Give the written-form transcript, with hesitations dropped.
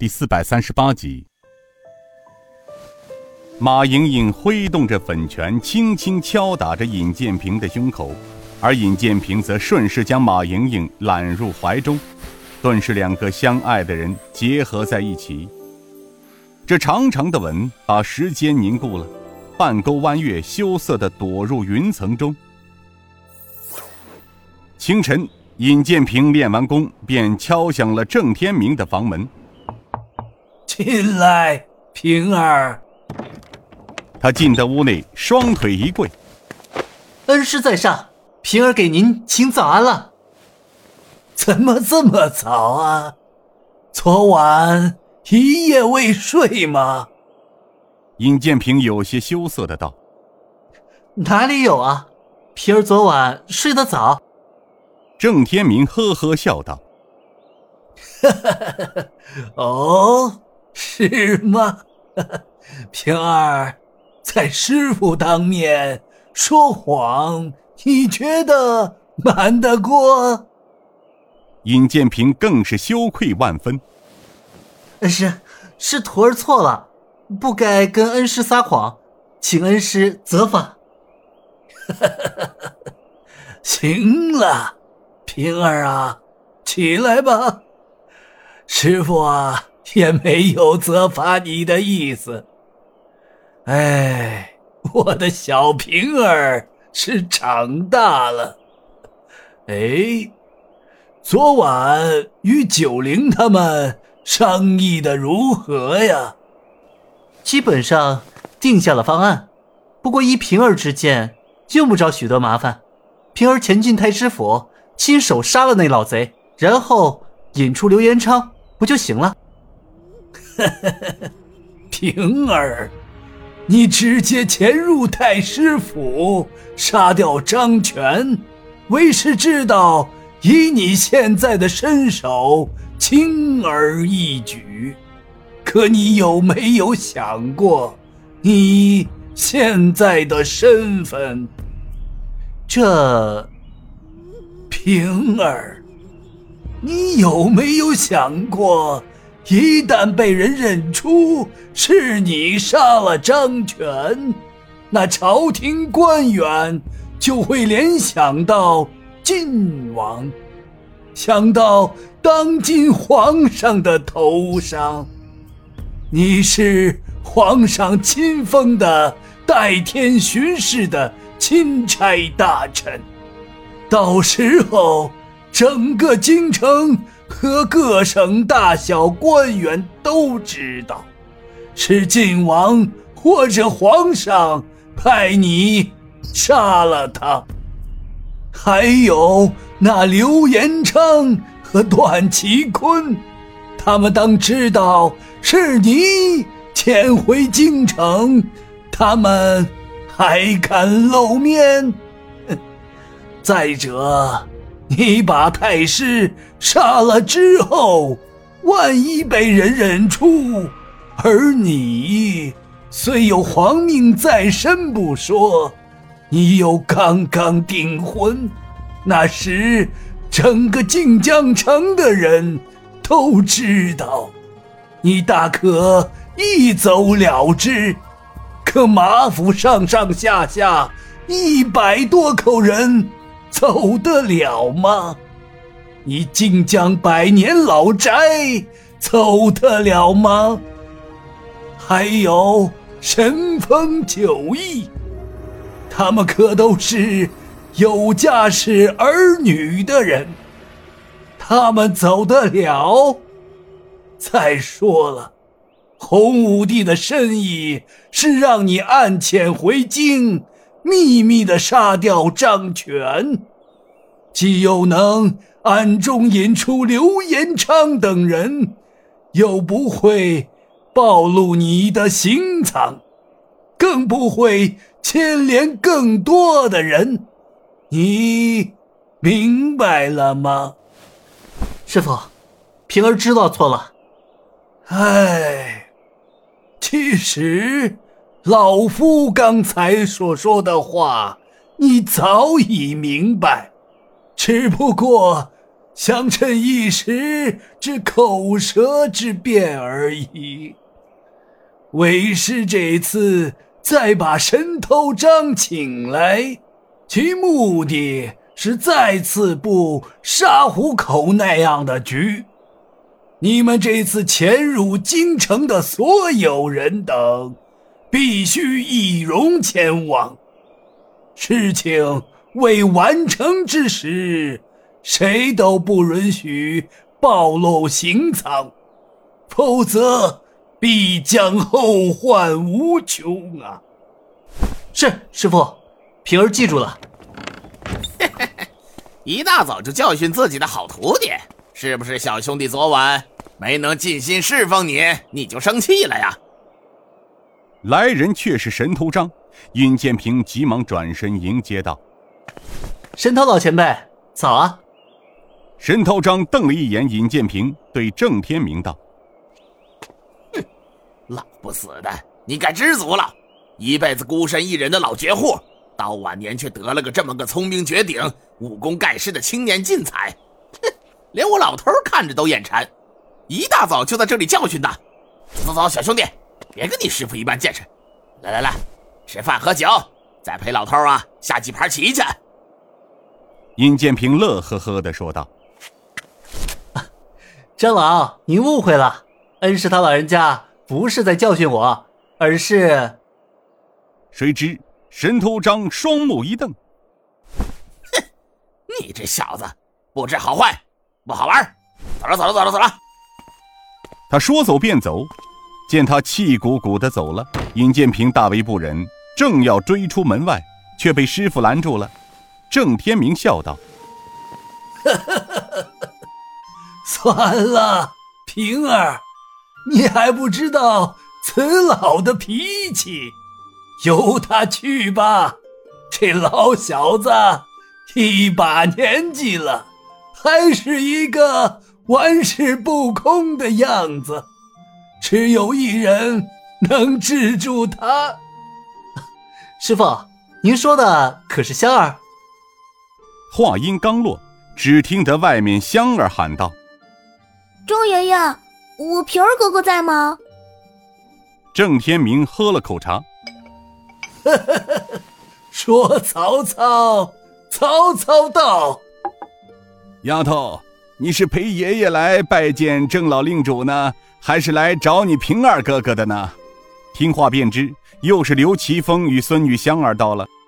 第438集。马莹莹挥动着粉拳，轻轻敲打着尹建平的胸口，而尹建平则顺势将马莹莹揽入怀中，顿时两个相爱的人结合在一起。这长长的吻把时间凝固了，半钩弯月羞涩地躲入云层中。清晨，尹建平练完功，便敲响了郑天明的房门。 进来，平儿。 他进到屋内，双腿一跪。 恩师在上，平儿给您请早安了。 怎么这么早啊？昨晚一夜未睡吗？ 尹建平有些羞涩的道。 哪里有啊，平儿昨晚睡得早。 郑天明呵呵笑道。 哦，是吗？平儿，在师父当面说谎，你觉得瞒得过？ 尹建平更是羞愧万分。 是徒儿错了，不该跟恩师撒谎，请恩师责罚。 行了，平儿啊，起来吧。师父啊，也没有责罚你的意思。哎，我的小平儿是长大了。哎，昨晚与九龄他们商议的如何呀？ 基本上定下了方案，不过依平儿之见，用不着许多麻烦。平儿前进太师府，亲手杀了那老贼，然后引出刘延昌，不就行了？ 平儿，你直接潜入太师府，杀掉张全，为师知道以你现在的身手，轻而易举。可你有没有想过，你现在的身份？ 这， 平儿，你有没有想过，一旦被人认出是你杀了张全，那朝廷官员就会联想到晋王，想到当今皇上的头上。你是皇上亲封的代天巡视的钦差大臣，到时候整个京城和各省大小官员都知道，是晋王或者皇上派你杀了他。还有那刘延昌和段祺坤，他们当知道是你潜回京城，他们还敢露面？再者，你把太师杀了之后，万一被人认出，而你虽有皇命在身不说，你又刚刚订婚，那时整个靖江城的人都知道，你大可一走了之。可马府上上下下100多口人走得了吗？你靖江100年老宅走得了吗？还有神风9翼，他们可都是有家室儿女的人，他们走得了？再说了，洪武帝的深意是让你暗潜回京，秘密地杀掉张全，既又能暗中引出刘延昌等人，又不会暴露你的行藏，更不会牵连更多的人。你明白了吗？ 师父，平儿知道错了。 哎，其实老夫刚才所说的话，你早已明白，只不过想趁一时之口舌之辩而已。为师这次再把神头章请来，其目的是再次布沙湖口那样的局。你们这次潜入京城的所有人等，必须易容前往。事情未完成之时，谁都不允许暴露行藏，否则必将后患无穷啊！ 是，师父，平儿记住了。 一大早就教训自己的好徒弟，是不是小兄弟昨晚没能尽心侍奉你就生气了呀？ 来人却是神头章，尹建平急忙转身迎接道： 神头老前辈，早啊。 神头章瞪了一眼尹建平，对郑天明道： 哼，老不死的，你该知足了。一辈子孤身一人的老绝户，到晚年却得了个这么个聪明绝顶、武功盖世的青年进才，哼，连我老头看着都眼馋。一大早就在这里教训他。走，小兄弟，别跟你师父一般见识。来，吃饭喝酒，再陪老头下几盘棋去。 尹建平乐呵呵地说道： 张老，您误会了，恩师他老人家不是在教训我，而是…… 谁知神头章双目一瞪： 哼，你这小子不知好坏，不好玩，走了。 他说走便走，见他气鼓鼓地走了，尹建平大为不忍，正要追出门外，却被师父拦住了。郑天明笑道： 算了，平儿，你还不知道此老的脾气，由他去吧。这老小子一把年纪了，还是一个玩世不恭的样子，只有一人能制住他。 师父，您说的可是香儿？ 话音刚落，只听得外面香儿喊道： 周爷爷，我平儿哥哥在吗？ 郑天明喝了口茶： 说曹操，曹操到。 丫头，你是陪爷爷来拜见郑老令主呢，还是来找你平儿哥哥的呢？听话便知，又是刘奇峰与孙女香儿到了。